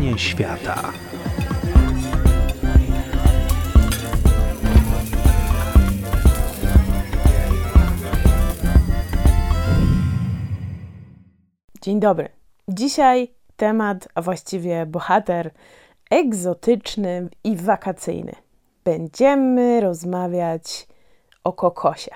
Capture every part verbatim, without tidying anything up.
Smakowanie świata. Dzień dobry. Dzisiaj temat, a właściwie bohater egzotyczny i wakacyjny. Będziemy rozmawiać o kokosie.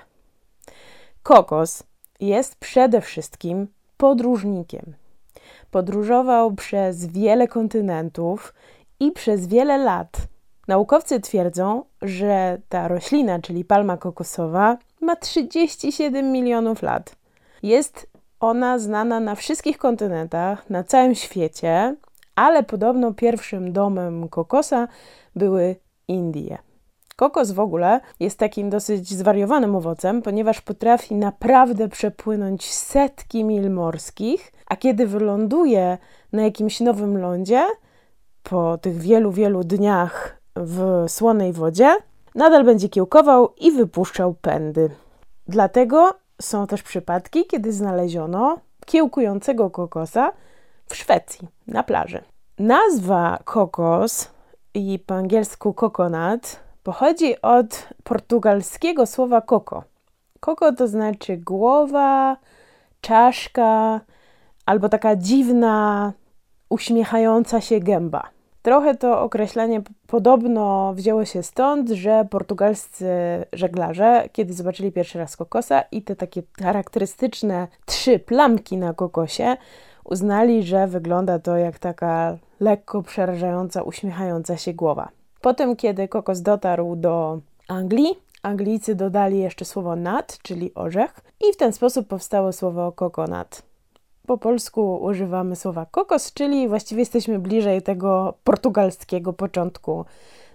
Kokos jest przede wszystkim podróżnikiem. Podróżował przez wiele kontynentów i przez wiele lat. Naukowcy twierdzą, że ta roślina, czyli palma kokosowa, ma trzydzieści siedem milionów lat. Jest ona znana na wszystkich kontynentach, na całym świecie, ale podobno pierwszym domem kokosa były Indie. Kokos w ogóle jest takim dosyć zwariowanym owocem, ponieważ potrafi naprawdę przepłynąć setki mil morskich, a kiedy wyląduje na jakimś nowym lądzie, po tych wielu, wielu dniach w słonej wodzie, nadal będzie kiełkował i wypuszczał pędy. Dlatego są też przypadki, kiedy znaleziono kiełkującego kokosa w Szwecji, na plaży. Nazwa kokos i po angielsku coconut pochodzi od portugalskiego słowa coco. Coco to znaczy głowa, czaszka albo taka dziwna, uśmiechająca się gęba. Trochę to określenie podobno wzięło się stąd, że portugalscy żeglarze, kiedy zobaczyli pierwszy raz kokosa i te takie charakterystyczne trzy plamki na kokosie, uznali, że wygląda to jak taka lekko przerażająca, uśmiechająca się głowa. Potem, kiedy kokos dotarł do Anglii, Anglicy dodali jeszcze słowo nut, czyli orzech, i w ten sposób powstało słowo coconut. Po polsku używamy słowa kokos, czyli właściwie jesteśmy bliżej tego portugalskiego początku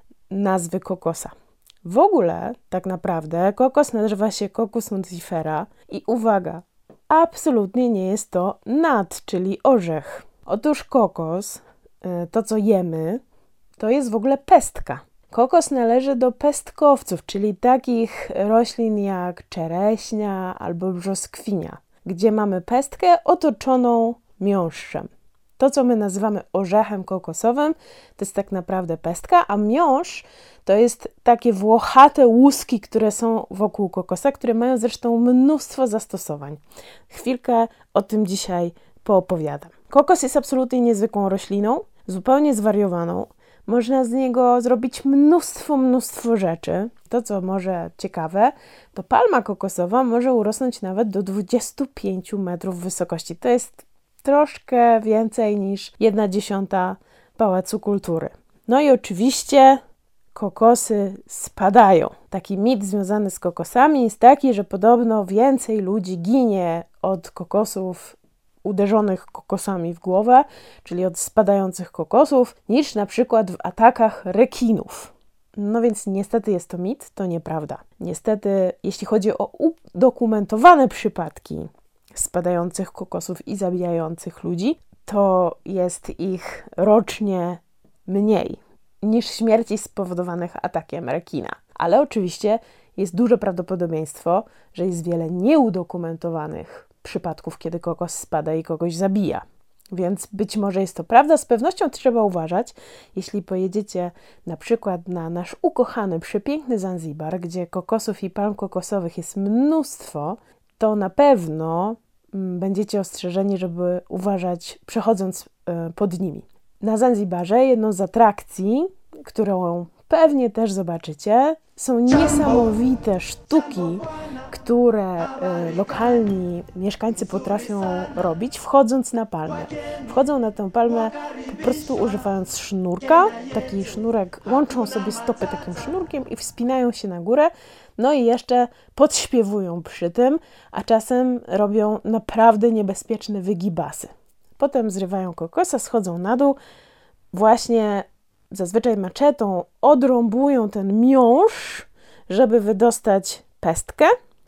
nazwy kokosa. W ogóle, tak naprawdę, kokos nazywa się Cocos nucifera i uwaga, absolutnie nie jest to nut, czyli orzech. Otóż kokos, to co jemy, to jest w ogóle pestka. Kokos należy do pestkowców, czyli takich roślin jak czereśnia albo brzoskwinia, gdzie mamy pestkę otoczoną miąższem. To, co my nazywamy orzechem kokosowym, to jest tak naprawdę pestka, a miąższ to jest takie włochate łuski, które są wokół kokosa, które mają zresztą mnóstwo zastosowań. Chwilkę o tym dzisiaj poopowiadam. Kokos jest absolutnie niezwykłą rośliną, zupełnie zwariowaną. Można z niego zrobić mnóstwo, mnóstwo rzeczy. To, co może ciekawe, to palma kokosowa może urosnąć nawet do dwudziestu pięciu metrów wysokości. To jest troszkę więcej niż jedna dziesiąta Pałacu Kultury. No i oczywiście kokosy spadają. Taki mit związany z kokosami jest taki, że podobno więcej ludzi ginie od kokosów uderzonych kokosami w głowę, czyli od spadających kokosów, niż na przykład w atakach rekinów. No więc niestety jest to mit, to nieprawda. Niestety, jeśli chodzi o udokumentowane przypadki spadających kokosów i zabijających ludzi, to jest ich rocznie mniej niż śmierci spowodowanych atakiem rekina. Ale oczywiście jest duże prawdopodobieństwo, że jest wiele nieudokumentowanych przypadków, kiedy kokos spada i kogoś zabija. Więc być może jest to prawda. Z pewnością trzeba uważać, jeśli pojedziecie na przykład na nasz ukochany, przepiękny Zanzibar, gdzie kokosów i palm kokosowych jest mnóstwo, to na pewno mm, będziecie ostrzeżeni, żeby uważać, przechodząc y, pod nimi. Na Zanzibarze jedną z atrakcji, którą pewnie też zobaczycie, są niesamowite sztuki, które y, lokalni mieszkańcy potrafią robić, wchodząc na palmę. Wchodzą na tę palmę po prostu używając sznurka. Taki sznurek, łączą sobie stopy takim sznurkiem i wspinają się na górę. No i jeszcze podśpiewują przy tym, a czasem robią naprawdę niebezpieczne wygibasy. Potem zrywają kokosa, schodzą na dół, właśnie zazwyczaj maczetą odrąbują ten miąższ, żeby wydostać pestkę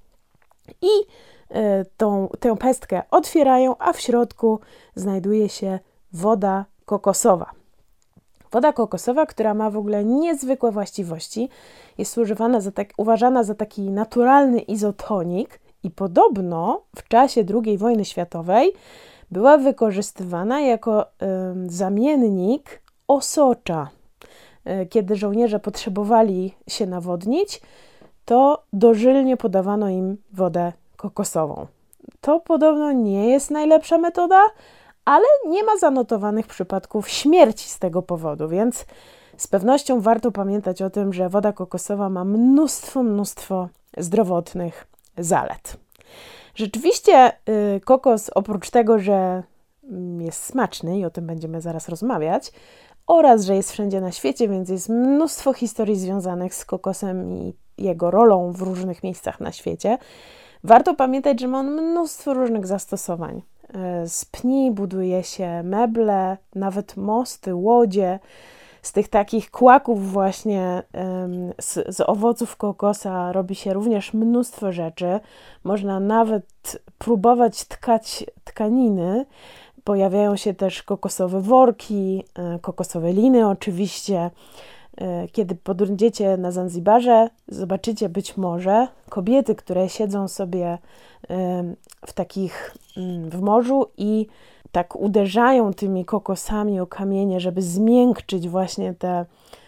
i y, tą, tę pestkę otwierają, a w środku znajduje się woda kokosowa. Woda kokosowa, która ma w ogóle niezwykłe właściwości, jest używana za tak, uważana za taki naturalny izotonik i podobno w czasie drugiej wojny światowej była wykorzystywana jako y, zamiennik osocza. Kiedy żołnierze potrzebowali się nawodnić, to dożylnie podawano im wodę kokosową. To podobno nie jest najlepsza metoda, ale nie ma zanotowanych przypadków śmierci z tego powodu, więc z pewnością warto pamiętać o tym, że woda kokosowa ma mnóstwo, mnóstwo zdrowotnych zalet. Rzeczywiście yy, kokos oprócz tego, że jest smaczny i o tym będziemy zaraz rozmawiać, oraz, że jest wszędzie na świecie, więc jest mnóstwo historii związanych z kokosem i jego rolą w różnych miejscach na świecie. Warto pamiętać, że ma on mnóstwo różnych zastosowań. Z pni buduje się meble, nawet mosty, łodzie. Z tych takich kłaków właśnie z, z owoców kokosa robi się również mnóstwo rzeczy. Można nawet próbować tkać tkaniny. Pojawiają się też kokosowe worki, kokosowe liny oczywiście. Kiedy podróżujecie na Zanzibarze, zobaczycie być może kobiety, które siedzą sobie w takich w morzu i tak uderzają tymi kokosami o kamienie, żeby zmiękczyć właśnie te,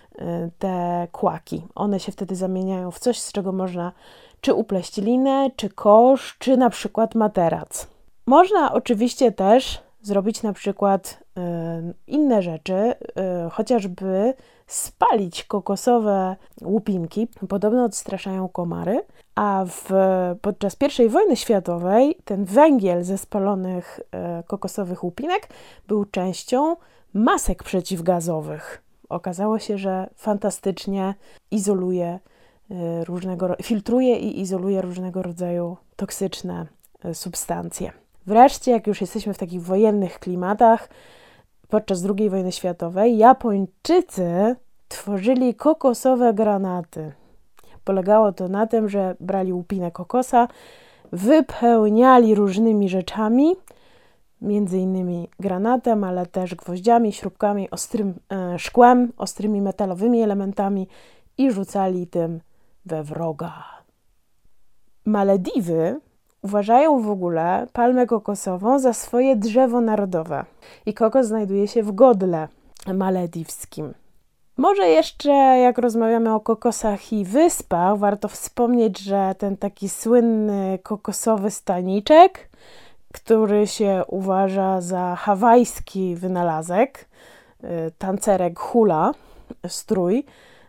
te kłaki. One się wtedy zamieniają w coś, z czego można czy upleść linę, czy kosz, czy na przykład materac. Można oczywiście też zrobić na przykład y, inne rzeczy, y, chociażby spalić kokosowe łupinki. Podobno odstraszają komary, a w, podczas pierwszej wojny światowej ten węgiel ze spalonych y, kokosowych łupinek był częścią masek przeciwgazowych. Okazało się, że fantastycznie izoluje y, różnego, filtruje i izoluje różnego rodzaju toksyczne y, substancje. Wreszcie, jak już jesteśmy w takich wojennych klimatach, podczas drugiej wojny światowej Japończycy tworzyli kokosowe granaty. Polegało to na tym, że brali łupinę kokosa, wypełniali różnymi rzeczami, między innymi granatem, ale też gwoździami, śrubkami, ostrym e, szkłem, ostrymi metalowymi elementami i rzucali tym we wroga. Malediwy uważają w ogóle palmę kokosową za swoje drzewo narodowe i kokos znajduje się w godle malediwskim. Może jeszcze, jak rozmawiamy o kokosach i wyspach, warto wspomnieć, że ten taki słynny kokosowy staniczek, który się uważa za hawajski wynalazek, tancerek hula, strój,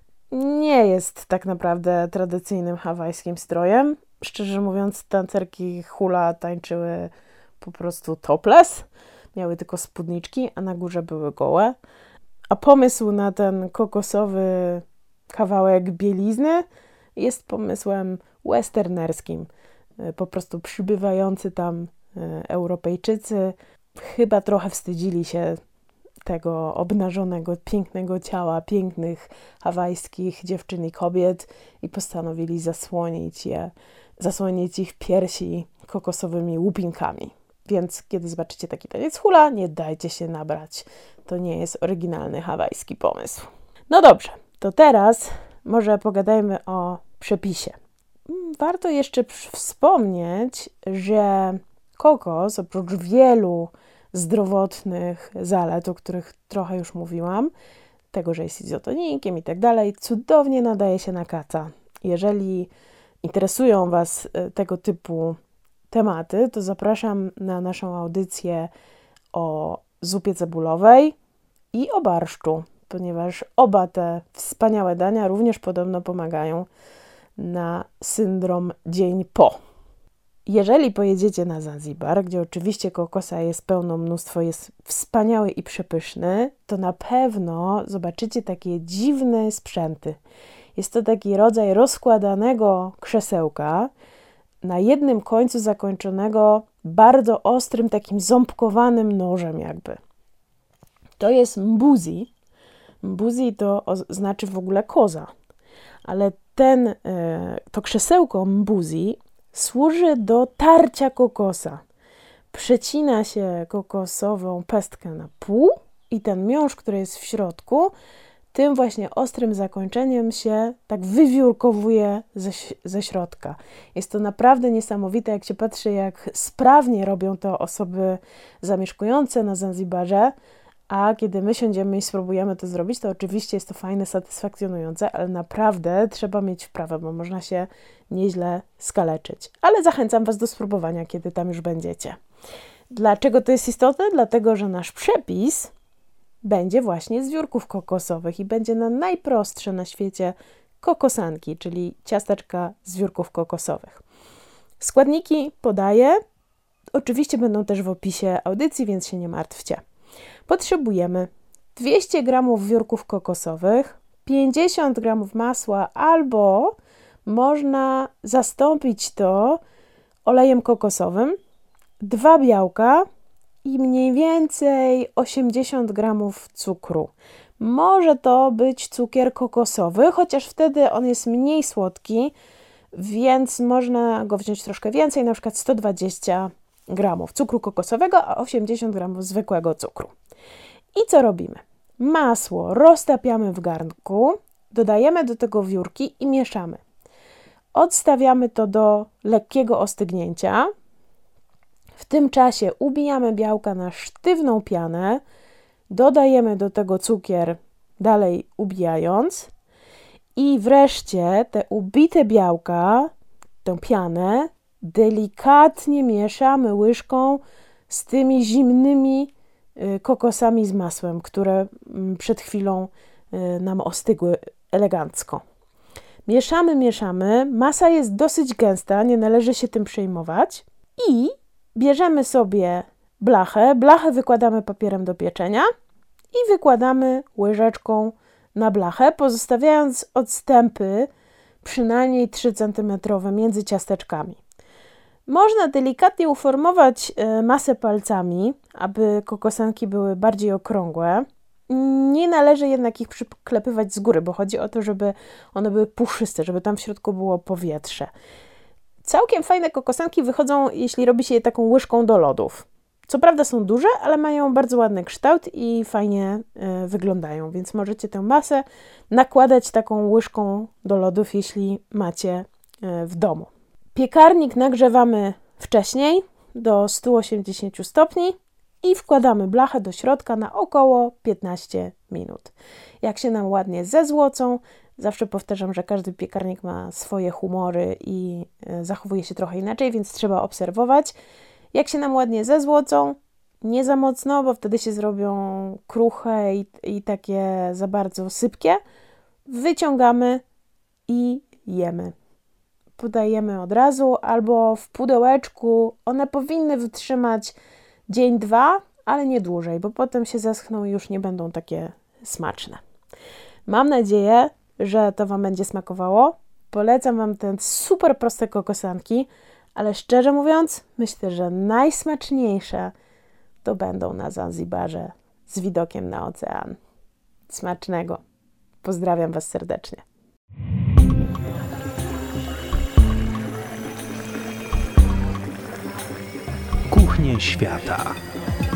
nie jest tak naprawdę tradycyjnym hawajskim strojem. Szczerze mówiąc, tancerki hula tańczyły po prostu topless, miały tylko spódniczki, a na górze były gołe. A pomysł na ten kokosowy kawałek bielizny jest pomysłem westernerskim. Po prostu przybywający tam Europejczycy chyba trochę wstydzili się tego obnażonego, pięknego ciała, pięknych hawajskich dziewczyn i kobiet i postanowili zasłonić je, zasłonić ich piersi kokosowymi łupinkami. Więc kiedy zobaczycie taki taniec hula, nie dajcie się nabrać. To nie jest oryginalny hawajski pomysł. No dobrze, to teraz może pogadajmy o przepisie. Warto jeszcze wspomnieć, że kokos oprócz wielu zdrowotnych zalet, o których trochę już mówiłam, tego, że jest izotonikiem i tak dalej, cudownie nadaje się na kaca. Jeżeli interesują Was tego typu tematy, to zapraszam na naszą audycję o zupie cebulowej i o barszczu, ponieważ oba te wspaniałe dania również podobno pomagają na syndrom dzień po. Jeżeli pojedziecie na Zanzibar, gdzie oczywiście kokosa jest pełno mnóstwo, jest wspaniały i przepyszny, to na pewno zobaczycie takie dziwne sprzęty. Jest to taki rodzaj rozkładanego krzesełka, na jednym końcu zakończonego bardzo ostrym, takim ząbkowanym nożem jakby. To jest mbuzi. Mbuzi to znaczy w ogóle koza, ale ten, to krzesełko mbuzi służy do tarcia kokosa. Przecina się kokosową pestkę na pół i ten miąższ, który jest w środku, tym właśnie ostrym zakończeniem się tak wywiórkowuje ze, ze środka. Jest to naprawdę niesamowite, jak się patrzy, jak sprawnie robią to osoby zamieszkujące na Zanzibarze, A kiedy my siądziemy i spróbujemy to zrobić, to oczywiście jest to fajne, satysfakcjonujące, ale naprawdę trzeba mieć wprawę, bo można się nieźle skaleczyć. Ale zachęcam Was do spróbowania, kiedy tam już będziecie. Dlaczego to jest istotne? Dlatego, że nasz przepis będzie właśnie z wiórków kokosowych i będzie na najprostsze na świecie kokosanki, czyli ciasteczka z wiórków kokosowych. Składniki podaję. Oczywiście będą też w opisie audycji, więc się nie martwcie. Potrzebujemy dwieście gramów wiórków kokosowych, pięćdziesiąt gramów masła, albo można zastąpić to olejem kokosowym, dwa białka i mniej więcej osiemdziesiąt gramów cukru. Może to być cukier kokosowy, chociaż wtedy on jest mniej słodki, więc można go wziąć troszkę więcej, na przykład sto dwadzieścia gramów cukru kokosowego, a osiemdziesiąt gramów zwykłego cukru. I co robimy? Masło roztapiamy w garnku, dodajemy do tego wiórki i mieszamy. Odstawiamy to do lekkiego ostygnięcia. W tym czasie ubijamy białka na sztywną pianę, dodajemy do tego cukier, dalej ubijając i wreszcie te ubite białka, tę pianę, delikatnie mieszamy łyżką z tymi zimnymi kokosami z masłem, które przed chwilą nam ostygły elegancko. Mieszamy, mieszamy. Masa jest dosyć gęsta, nie należy się tym przejmować. I bierzemy sobie blachę. Blachę wykładamy papierem do pieczenia i wykładamy łyżeczką na blachę, pozostawiając odstępy przynajmniej trzy centymetry między ciasteczkami. Można delikatnie uformować masę palcami, aby kokosanki były bardziej okrągłe. Nie należy jednak ich przyklepywać z góry, bo chodzi o to, żeby one były puszyste, żeby tam w środku było powietrze. Całkiem fajne kokosanki wychodzą, jeśli robi się je taką łyżką do lodów. Co prawda są duże, ale mają bardzo ładny kształt i fajnie y, wyglądają, więc możecie tę masę nakładać taką łyżką do lodów, jeśli macie y, w domu. Piekarnik nagrzewamy wcześniej do stu osiemdziesięciu stopni i wkładamy blachę do środka na około piętnaście minut. Jak się nam ładnie zezłocą, zawsze powtarzam, że każdy piekarnik ma swoje humory i zachowuje się trochę inaczej, więc trzeba obserwować. Jak się nam ładnie zezłocą, nie za mocno, bo wtedy się zrobią kruche i, i takie za bardzo sypkie, wyciągamy i jemy. Podajemy od razu albo w pudełeczku. One powinny wytrzymać dzień, dwa, ale nie dłużej, bo potem się zeschną i już nie będą takie smaczne. Mam nadzieję, że to Wam będzie smakowało. Polecam Wam te super proste kokosanki, ale szczerze mówiąc, myślę, że najsmaczniejsze to będą na Zanzibarze z widokiem na ocean. Smacznego. Pozdrawiam Was serdecznie. Kuchnie świata.